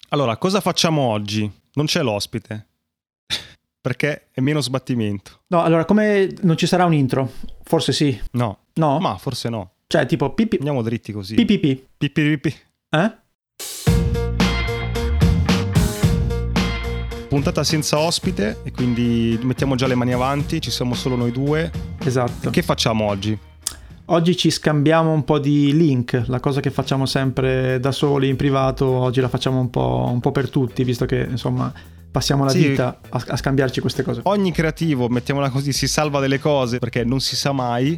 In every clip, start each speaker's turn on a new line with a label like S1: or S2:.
S1: Allora, cosa facciamo oggi? Non c'è l'ospite, perché è meno sbattimento.
S2: No, allora, come non ci sarà un intro? Forse sì.
S1: No.
S2: No?
S1: Ma forse no.
S2: Cioè, tipo pipi.
S1: Andiamo dritti così.
S2: Pipipi.
S1: Pipi.
S2: Eh?
S1: Puntata senza ospite e quindi mettiamo già le mani avanti, ci siamo solo noi due.
S2: Esatto.
S1: Che facciamo oggi?
S2: Oggi ci scambiamo un po' di link, la cosa che facciamo sempre da soli in privato, oggi la facciamo un po' per tutti, visto che insomma passiamo la vita a scambiarci queste cose.
S1: Ogni creativo, mettiamola così, si salva delle cose perché non si sa mai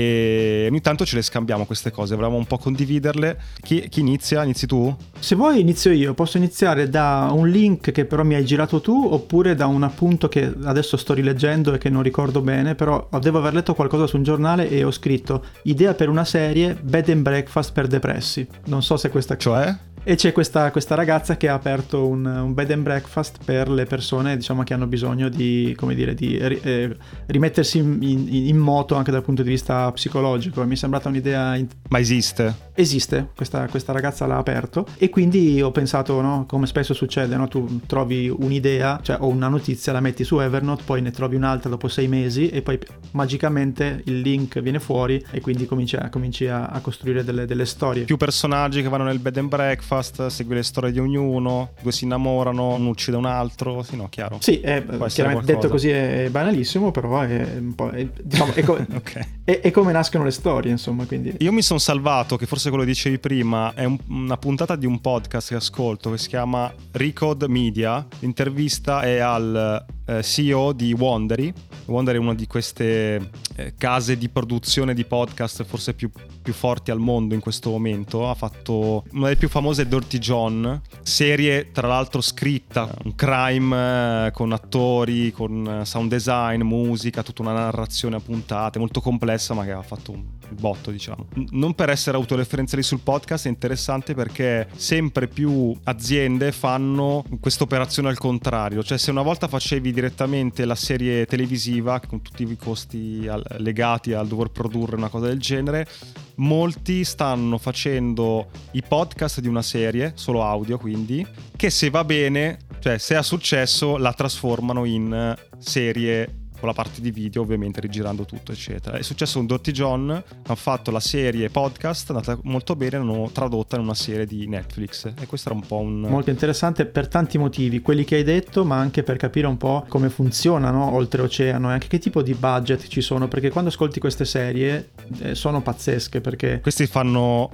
S1: e ogni tanto ce le scambiamo queste cose, volevamo un po' condividerle. Chi inizia? Inizi tu?
S2: Se vuoi inizio io, posso iniziare da un link che però mi hai girato tu oppure da un appunto che adesso sto rileggendo e che non ricordo bene, però devo aver letto qualcosa su un giornale e ho scritto idea per una serie bed and breakfast per depressi. Non so se questa...
S1: Cioè?
S2: E c'è questa ragazza che ha aperto un bed and breakfast per le persone, diciamo, che hanno bisogno di, come dire, di rimettersi in moto anche dal punto di vista psicologico. Mi è sembrata un'idea...
S1: Ma esiste?
S2: Esiste, questa ragazza l'ha aperto e quindi ho pensato, no, come spesso succede, no, tu trovi un'idea, cioè o una notizia, la metti su Evernote, poi ne trovi un'altra dopo 6 mesi e poi magicamente il link viene fuori e quindi cominci a costruire delle storie.
S1: Più personaggi che vanno nel bed and breakfast, segui le storie di ognuno, due si innamorano, uno uccide un altro, sì, no, chiaro.
S2: Sì, chiaramente detto così è banalissimo, però è un po', diciamo,
S1: okay.
S2: È come nascono le storie, insomma, quindi...
S1: Io mi sono salvato, che forse quello che dicevi prima, è una puntata di un podcast che ascolto che si chiama Recode Media. L'intervista è al CEO di Wondery. Wondery è una di queste case di produzione di podcast forse più forti al mondo in questo momento. Ha fatto una delle più famose, Dirty John, serie tra l'altro scritta, un crime con attori, con sound design, musica, tutta una narrazione a puntate molto complessa, ma che ha fatto un botto, diciamo. Non per essere autoreferenziali sul podcast, è interessante perché sempre più aziende fanno questa operazione al contrario, cioè se una volta facevi direttamente la serie televisiva con tutti i costi legati al dover produrre una cosa del genere, molti stanno facendo i podcast di una serie, solo audio quindi, che se va bene, cioè se ha successo, la trasformano in serie con la parte di video, ovviamente rigirando tutto eccetera. È successo con Dirty John, hanno fatto la serie podcast, è andata molto bene, l'hanno tradotta in una serie di Netflix e questo era un po'
S2: molto interessante per tanti motivi, quelli che hai detto, ma anche per capire un po' come funzionano oltreoceano e anche che tipo di budget ci sono, perché quando ascolti queste serie sono pazzesche, perché
S1: questi fanno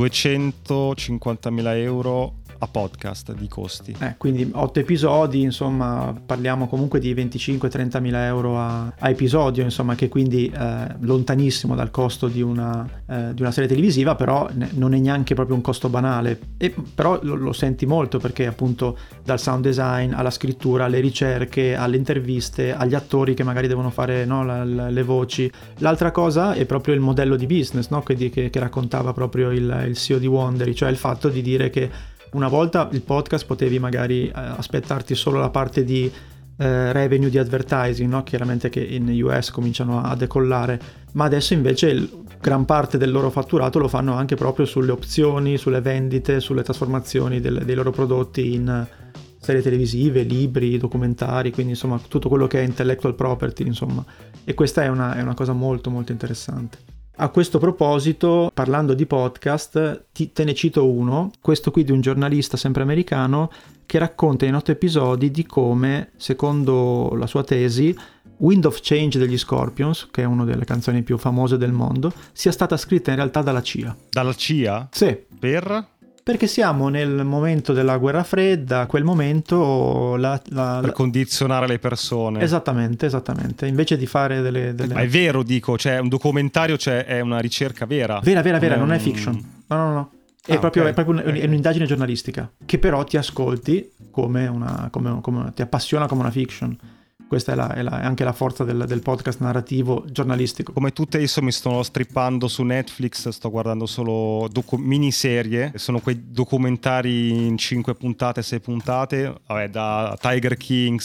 S1: 250.000 euro a podcast di costi.
S2: Quindi 8 episodi, insomma parliamo comunque di 25-30 mila euro a episodio, insomma, che quindi lontanissimo dal costo di una serie televisiva, però non è neanche proprio un costo banale, però lo senti molto perché appunto dal sound design alla scrittura, alle ricerche, alle interviste, agli attori che magari devono fare, no, le voci. L'altra cosa è proprio il modello di business, no, che raccontava proprio il CEO di Wondery, cioè il fatto di dire che una volta il podcast potevi magari aspettarti solo la parte di revenue di advertising, no? Chiaramente che in US cominciano a decollare, ma adesso invece gran parte del loro fatturato lo fanno anche proprio sulle opzioni, sulle vendite, sulle trasformazioni dei loro prodotti in serie televisive, libri, documentari, quindi insomma tutto quello che è intellectual property, insomma, e questa è una cosa molto molto interessante. A questo proposito, parlando di podcast, te ne cito uno, questo qui di un giornalista sempre americano che racconta in 8 episodi di come, secondo la sua tesi, Wind of Change degli Scorpions, che è una delle canzoni più famose del mondo, sia stata scritta in realtà dalla CIA.
S1: Dalla CIA?
S2: Sì.
S1: Perché
S2: siamo nel momento della guerra fredda, quel momento
S1: per condizionare le persone.
S2: Esattamente. Invece di fare delle...
S1: Ma è vero, dico, cioè un documentario, cioè è una ricerca vera.
S2: Vera, non è fiction. No. È proprio un'indagine giornalistica che però ti ascolti come ti appassiona come una fiction. Questa è anche la forza del podcast narrativo giornalistico.
S1: Come tutte, io mi sto strippando su Netflix, sto guardando solo miniserie, sono quei documentari in 5 puntate, 6 puntate, vabbè, da Tiger King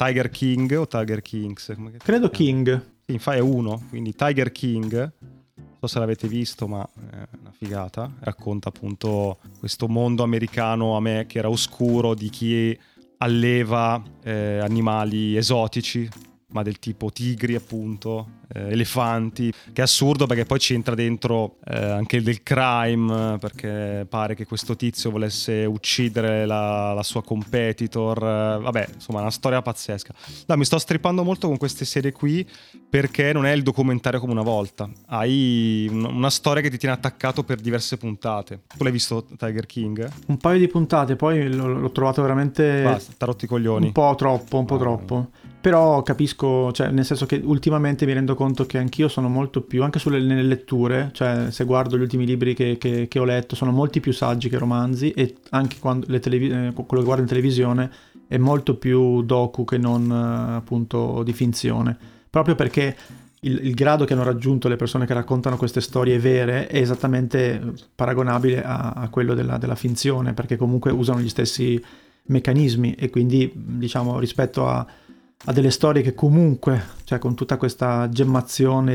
S1: o Tiger Kings?
S2: Credo King.
S1: Sì, infatti è uno, quindi Tiger King, so se l'avete visto, ma è una figata. Racconta appunto questo mondo americano a me che era oscuro, di chi alleva animali esotici, ma del tipo tigri appunto, elefanti, che è assurdo perché poi ci entra dentro anche del crime, perché pare che questo tizio volesse uccidere la sua competitor, vabbè, insomma, una storia pazzesca. No, mi sto strippando molto con queste serie qui perché non è il documentario come una volta, hai una storia che ti tiene attaccato per diverse puntate. Tu l'hai visto Tiger King?
S2: Un paio di puntate, poi l'ho trovato veramente...
S1: Basta, t'ha rotto i coglioni.
S2: Un po' troppo. Però capisco, cioè nel senso che ultimamente mi rendo conto che anch'io sono molto più, anche nelle letture, cioè se guardo gli ultimi libri che ho letto, sono molti più saggi che romanzi, e anche quando quello che guardo in televisione è molto più docu che non appunto di finzione, proprio perché il grado che hanno raggiunto le persone che raccontano queste storie vere è esattamente paragonabile a quello della finzione, perché comunque usano gli stessi meccanismi, e quindi diciamo rispetto a delle storie che comunque, cioè con tutta questa gemmazione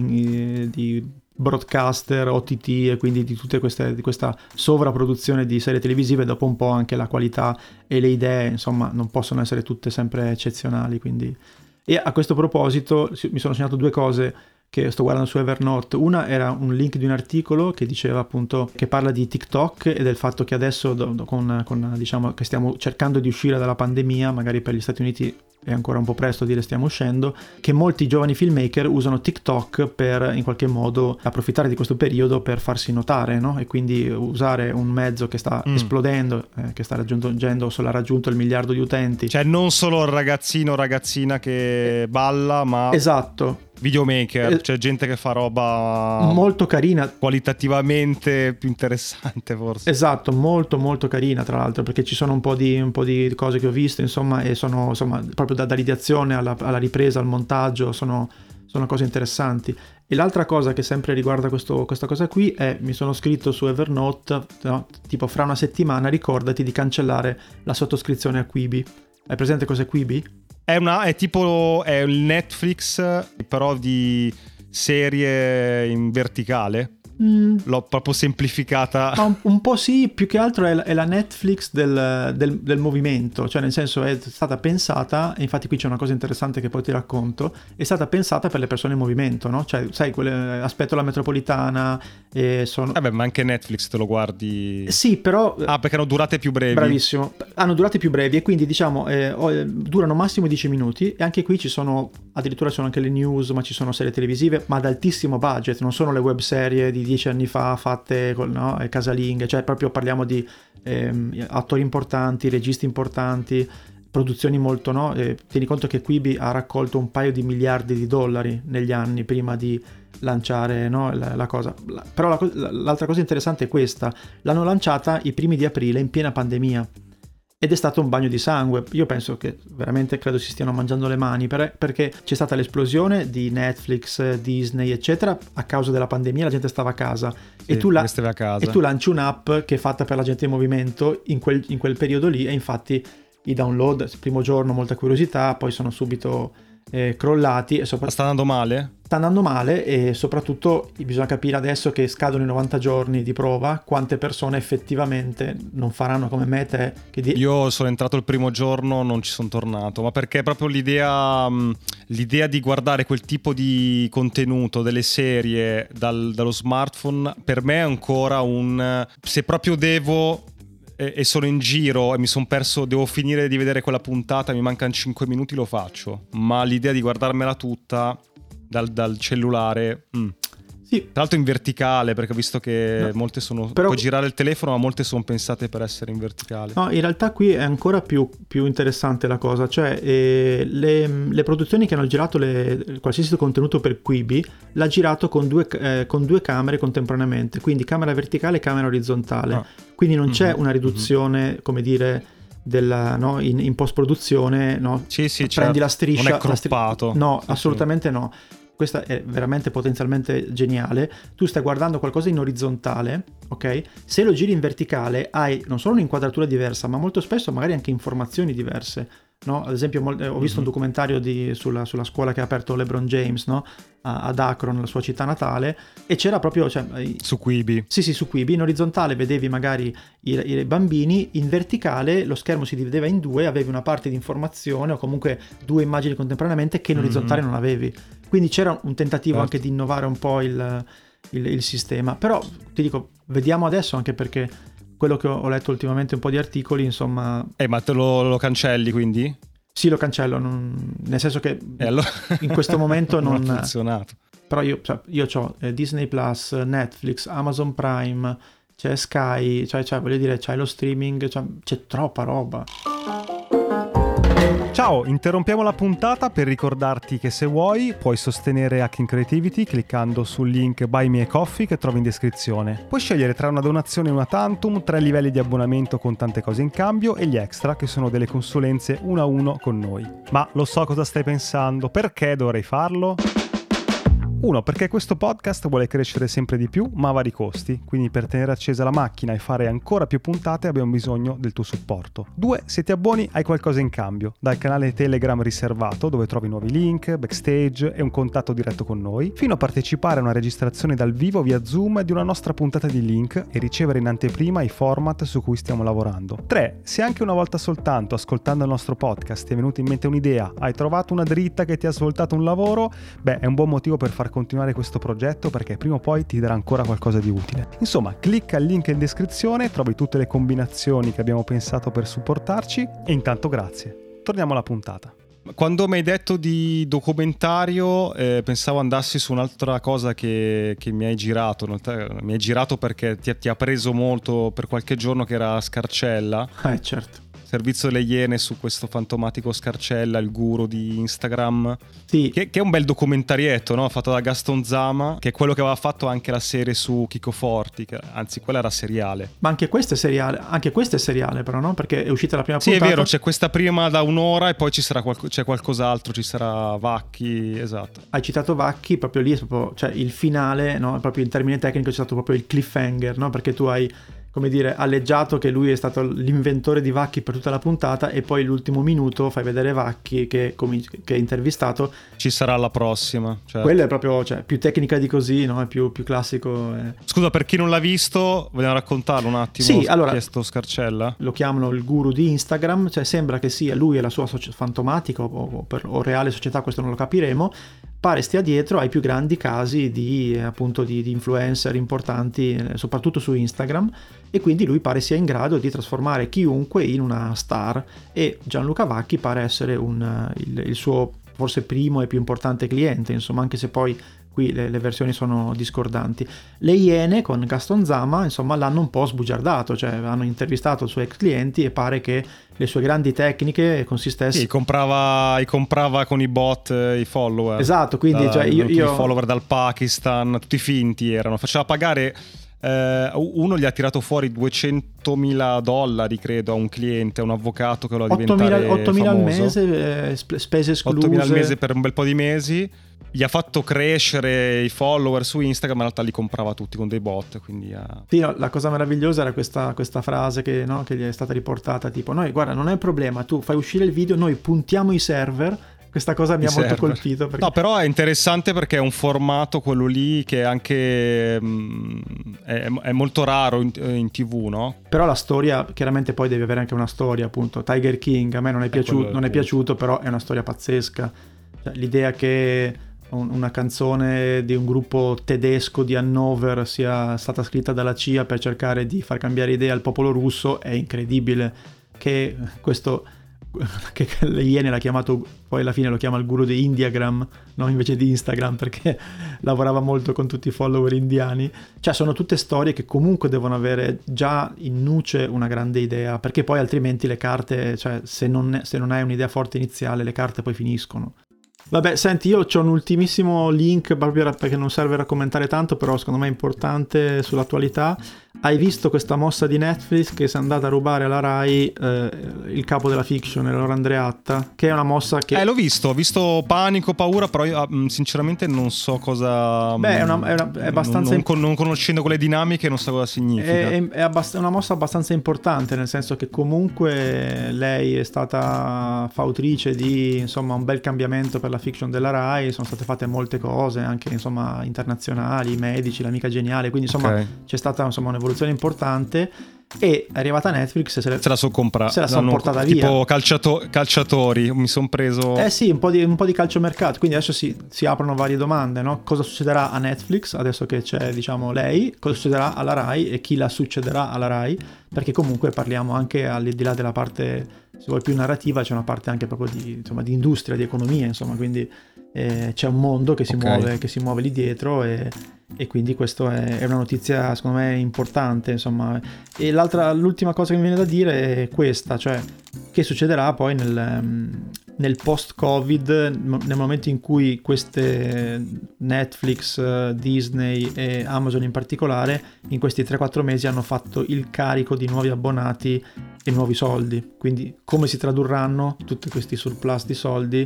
S2: di broadcaster, OTT, e quindi di questa sovrapproduzione di serie televisive, dopo un po' anche la qualità e le idee, insomma, non possono essere tutte sempre eccezionali, quindi. E a questo proposito mi sono segnato due cose che sto guardando su Evernote. Una era un link di un articolo che diceva appunto, che parla di TikTok e del fatto che adesso con diciamo che stiamo cercando di uscire dalla pandemia, magari per gli Stati Uniti è ancora un po' presto a dire stiamo uscendo, che molti giovani filmmaker usano TikTok per in qualche modo approfittare di questo periodo per farsi notare, no? E quindi usare un mezzo che sta esplodendo, che sta raggiungendo, solo ha raggiunto il 1 miliardo di utenti.
S1: Cioè non solo il ragazzino o ragazzina che balla, ma
S2: esatto,
S1: videomaker, cioè gente che fa roba
S2: molto carina,
S1: qualitativamente più interessante forse.
S2: Esatto, molto molto carina tra l'altro, perché ci sono un po' di cose che ho visto, insomma, e sono insomma proprio dall'ideazione alla ripresa, al montaggio, sono cose interessanti. E l'altra cosa che sempre riguarda questa cosa qui è, mi sono scritto su Evernote, no? Tipo fra una settimana ricordati di cancellare la sottoscrizione a Quibi. Hai presente cos'è Quibi?
S1: È il Netflix però di serie in verticale. L'ho proprio semplificata.
S2: Ma un po' sì, più che altro è la Netflix del movimento, cioè nel senso è stata pensata, e infatti qui c'è una cosa interessante che poi ti racconto, è stata pensata per le persone in movimento, no? Cioè sai, aspetto la metropolitana e sono...
S1: ma anche Netflix te lo guardi?
S2: Sì, però...
S1: perché hanno durate più brevi.
S2: Bravissimo, hanno durate più brevi e quindi diciamo durano massimo 10 minuti, e anche qui addirittura ci sono anche le news, ma ci sono serie televisive, ma ad altissimo budget, non sono le web serie di 10 anni fa fatte casalinghe, cioè proprio parliamo di attori importanti, registi importanti, produzioni molto, no? Tieni conto che Quibi ha raccolto un paio di miliardi di dollari negli anni prima di lanciare, no, la cosa. Però l'altra cosa interessante è questa: l'hanno lanciata i primi di aprile in piena pandemia. Ed è stato un bagno di sangue. Io penso che veramente credo si stiano mangiando le mani perché c'è stata l'esplosione di Netflix, Disney, eccetera, a causa della pandemia. La gente stava a casa,
S1: sì, e tu
S2: lanci un'app che è fatta per la gente in movimento in quel periodo lì, e infatti i download, il primo giorno molta curiosità, poi sono subito crollati. E sta
S1: andando male?
S2: Sta andando male, e soprattutto bisogna capire adesso che scadono i 90 giorni di prova quante persone effettivamente non faranno come me te.
S1: Io sono entrato il primo giorno, non ci sono tornato, ma perché proprio l'idea di guardare quel tipo di contenuto delle serie dallo smartphone per me è ancora se proprio devo e sono in giro e mi sono perso, devo finire di vedere quella puntata, mi mancano 5 minuti, lo faccio, ma l'idea di guardarmela tutta dal cellulare Sì. Tra l'altro in verticale, perché ho visto che molte puoi girare il telefono, ma molte sono pensate per essere in verticale.
S2: No, in realtà qui è ancora più interessante la cosa, cioè le produzioni che hanno girato qualsiasi contenuto per Quibi l'ha girato con due camere contemporaneamente, quindi camera verticale e camera orizzontale, quindi non c'è una riduzione, come dire, in post produzione, no?
S1: Sì,
S2: prendi
S1: certo.
S2: la striscia,
S1: non è croppato.
S2: No, assolutamente no. Questa è veramente potenzialmente geniale. Tu stai guardando qualcosa in orizzontale, ok? Se lo giri in verticale hai non solo un'inquadratura diversa, ma molto spesso magari anche informazioni diverse, no? Ad esempio ho visto un documentario sulla scuola che ha aperto LeBron James, no? Ad Akron, la sua città natale, e c'era proprio...
S1: su Quibi.
S2: Sì, su Quibi, in orizzontale vedevi magari i bambini, in verticale lo schermo si divideva in due, avevi una parte di informazione o comunque due immagini contemporaneamente che in orizzontale non avevi. Quindi c'era un tentativo anche di innovare un po' il sistema. Però ti dico, vediamo adesso, anche perché quello che ho letto ultimamente un po' di articoli, insomma...
S1: Ma te lo cancelli quindi?
S2: Sì, lo cancello, nel senso che
S1: allora...
S2: in questo momento non
S1: ha funzionato.
S2: Però io ho Disney Plus, Netflix, Amazon Prime, c'è Sky, voglio dire, c'è lo streaming, c'è troppa roba.
S1: Ciao, interrompiamo la puntata per ricordarti che se vuoi puoi sostenere Hacking Creativity cliccando sul link Buy Me a Coffee che trovi in descrizione. Puoi scegliere tra una donazione e una tantum, 3 livelli di abbonamento con tante cose in cambio e gli extra che sono delle consulenze 1 a 1 con noi. Ma lo so cosa stai pensando, perché dovrei farlo? 1. Perché questo podcast vuole crescere sempre di più, ma a vari costi, quindi per tenere accesa la macchina e fare ancora più puntate abbiamo bisogno del tuo supporto. 2. Se ti abboni hai qualcosa in cambio, dal canale Telegram riservato dove trovi nuovi link, backstage e un contatto diretto con noi, fino a partecipare a una registrazione dal vivo via Zoom di una nostra puntata di link e ricevere in anteprima i format su cui stiamo lavorando. 3. Se anche una volta soltanto ascoltando il nostro podcast ti è venuta in mente un'idea, hai trovato una dritta che ti ha svoltato un lavoro, è un buon motivo per far continuare questo progetto, perché prima o poi ti darà ancora qualcosa di utile. Insomma, clicca il link in descrizione, trovi tutte le combinazioni che abbiamo pensato per supportarci e intanto grazie. Torniamo alla puntata. Quando mi hai detto di documentario pensavo andassi su un'altra cosa che mi hai girato. Mi hai girato perché ti ha preso molto per qualche giorno, che era Scarcella.
S2: Certo.
S1: Servizio delle Iene su questo fantomatico Scarcella, il guru di Instagram.
S2: Sì.
S1: Che è un bel documentarietto, no? Fatto da Gaston Zama, che è quello che aveva fatto anche la serie su Chico Forti, anzi quella era seriale.
S2: Ma anche questo è seriale però, no? Perché è uscita la prima
S1: puntata.
S2: Sì,
S1: è vero, c'è questa prima da un'ora e poi c'è qualcos'altro, ci sarà Vacchi, esatto.
S2: Hai citato Vacchi, proprio lì è proprio, il finale, no? Proprio in termine tecnico c'è stato proprio il cliffhanger, no? Perché tu hai, come dire, alleggiato che lui è stato l'inventore di Vacchi per tutta la puntata e poi l'ultimo minuto fai vedere Vacchi che è intervistato.
S1: Ci sarà la prossima. Certo.
S2: Quella è proprio, più tecnica di così, no? È più classico.
S1: Scusa, per chi non l'ha visto, vogliamo raccontarlo un attimo?
S2: Sì, allora,
S1: chiesto Scarcella.
S2: Lo chiamano il guru di Instagram, sembra che sia lui e la sua fantomatica o reale società, questo non lo capiremo. Pare stia dietro ai più grandi casi di influencer importanti, soprattutto su Instagram, e quindi lui pare sia in grado di trasformare chiunque in una star, e Gianluca Vacchi pare essere il suo forse primo e più importante cliente, insomma, anche se poi qui le versioni sono discordanti. Le Iene con Gaston Zama, insomma, l'hanno un po' sbugiardato, hanno intervistato i suoi ex clienti e pare che le sue grandi tecniche consistessero...
S1: Sì, comprava con i bot i follower.
S2: Esatto, quindi
S1: i follower dal Pakistan, tutti finti erano, faceva pagare... uno gli ha tirato fuori $200.000, credo, a un cliente, a un avvocato che lo ha diventare
S2: 8.000 al mese, spese escluse.
S1: 8.000 al mese per un bel po' di mesi. Gli ha fatto crescere i follower su Instagram, ma in realtà li comprava tutti con dei bot. Quindi
S2: sì, no, la cosa meravigliosa era questa frase che gli è stata riportata, tipo: noi, guarda, non è un problema, tu fai uscire il video, noi puntiamo i server. Questa cosa mi ha molto colpito. Perché...
S1: No, però è interessante perché è un formato, quello lì, che anche è molto raro in TV, no?
S2: Però la storia, chiaramente poi devi avere anche una storia, appunto. Tiger King a me non è piaciuto, però è una storia pazzesca. L'idea che una canzone di un gruppo tedesco di Hannover sia stata scritta dalla CIA per cercare di far cambiare idea al popolo russo è incredibile. Che questo... che le Iene l'ha chiamato, poi alla fine lo chiama il guru di Indiagram, no? Invece di Instagram, perché lavorava molto con tutti i follower indiani. Sono tutte storie che comunque devono avere già in nuce una grande idea, perché poi altrimenti le carte, se non hai un'idea forte iniziale, le carte poi finiscono. Vabbè, senti, io c'ho un ultimissimo link proprio perché non serve a commentare tanto, però secondo me è importante sull'attualità. hai visto questa mossa di Netflix che si è andata a rubare alla Rai il capo della fiction, Laura Andreatta, che è una mossa che...
S1: L'ho visto, ho visto panico, paura, però io sinceramente non so cosa...
S2: Beh, è abbastanza...
S1: Non conoscendo quelle dinamiche non so cosa significa.
S2: È una mossa abbastanza importante, nel senso che comunque lei è stata fautrice di, insomma, un bel cambiamento per la fiction della Rai, sono state fatte molte cose, anche, insomma, internazionali, Medici, L'amica geniale, quindi insomma c'è stata, insomma, un'evoluzione importante. E è arrivata Netflix se la sono portata via,
S1: tipo calciatori, mi sono preso
S2: sì, un po' di calciomercato, quindi adesso si aprono varie domande, no? Cosa succederà a Netflix adesso che c'è, diciamo, lei, cosa succederà alla Rai e chi la succederà alla Rai, perché comunque parliamo anche al di là della parte, se vuoi, più narrativa, c'è una parte anche proprio di, insomma, di industria, di economia, insomma, quindi c'è un mondo che si muove lì dietro e quindi questo è una notizia, secondo me, importante, insomma. E l'ultima cosa che mi viene da dire è questa, cioè che succederà poi nel post-Covid, nel momento in cui queste Netflix, Disney e Amazon in particolare in questi 3-4 mesi hanno fatto il carico di nuovi abbonati e nuovi soldi, quindi come si tradurranno tutti questi surplus di soldi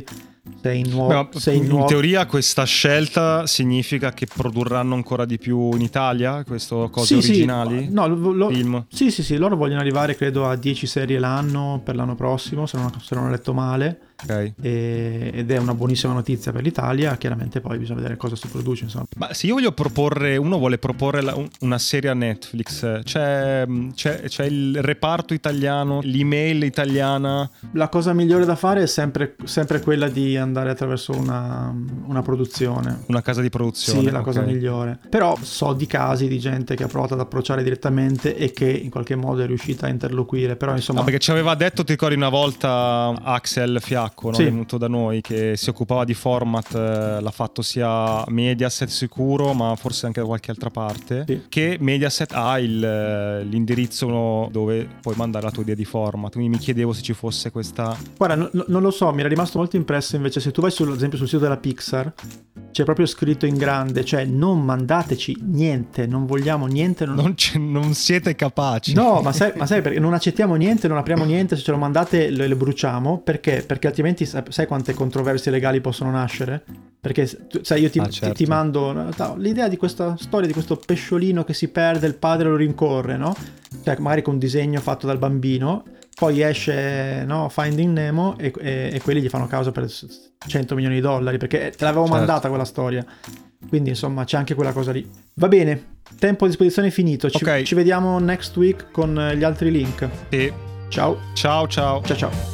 S1: in teoria questa scelta significa che produrranno ancora di più in Italia queste cose originali?
S2: Sì, no,
S1: film?
S2: Sì, loro vogliono arrivare credo a 10 serie l'anno per l'anno prossimo, se non ho letto male.
S1: Okay.
S2: Ed è una buonissima notizia per l'Italia. Chiaramente poi bisogna vedere cosa si produce, insomma.
S1: Ma se io voglio uno vuole proporre una serie a Netflix, c'è il reparto italiano, l'email italiana.
S2: La cosa migliore da fare è sempre quella di andare attraverso una produzione,
S1: una casa di produzione.
S2: Sì, è la cosa migliore. Però so di casi di gente che ha provato ad approcciare direttamente e che in qualche modo è riuscita a interloquire, però insomma
S1: perché ci aveva detto, ti ricordi, una volta Axel Fiacco, no?
S2: Sì.
S1: È venuto da noi, che si occupava di format, l'ha fatto sia Mediaset sicuro, ma forse anche da qualche altra parte,
S2: sì.
S1: Che Mediaset ha l'indirizzo dove puoi mandare la tua idea di format, quindi mi chiedevo se ci fosse questa...
S2: Guarda, non lo so, mi era rimasto molto impresso invece se tu vai ad esempio sul sito della Pixar, c'è proprio scritto in grande, cioè non mandateci niente, non vogliamo niente,
S1: non siete capaci.
S2: No, ma sai perché non accettiamo niente, non apriamo niente, se ce lo mandate le bruciamo, perché altrimenti sai quante controversie legali possono nascere? Perché sai, io ti mando l'idea di questa storia di questo pesciolino che si perde, il padre lo rincorre, no? Cioè magari con un disegno fatto dal bambino, poi esce, no, Finding Nemo e quelli gli fanno causa per $100 milioni perché te l'avevo mandata quella storia. Quindi insomma c'è anche quella cosa lì. Va bene, tempo a disposizione finito. Ci vediamo next week con gli altri link.
S1: Sì.
S2: Ciao.
S1: Ciao.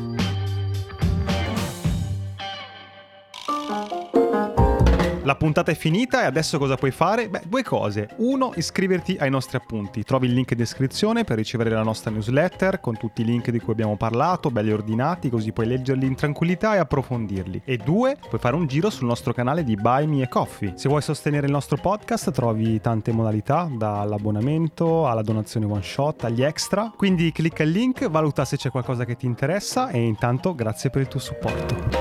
S1: La puntata è finita e adesso cosa puoi fare? Beh, 2 cose. 1, iscriverti ai nostri appunti. Trovi il link in descrizione per ricevere la nostra newsletter con tutti i link di cui abbiamo parlato, belli ordinati, così puoi leggerli in tranquillità e approfondirli. E 2, puoi fare un giro sul nostro canale di Buy Me a Coffee. Se vuoi sostenere il nostro podcast trovi tante modalità, dall'abbonamento alla donazione one shot, agli extra. Quindi clicca il link, valuta se c'è qualcosa che ti interessa e intanto grazie per il tuo supporto.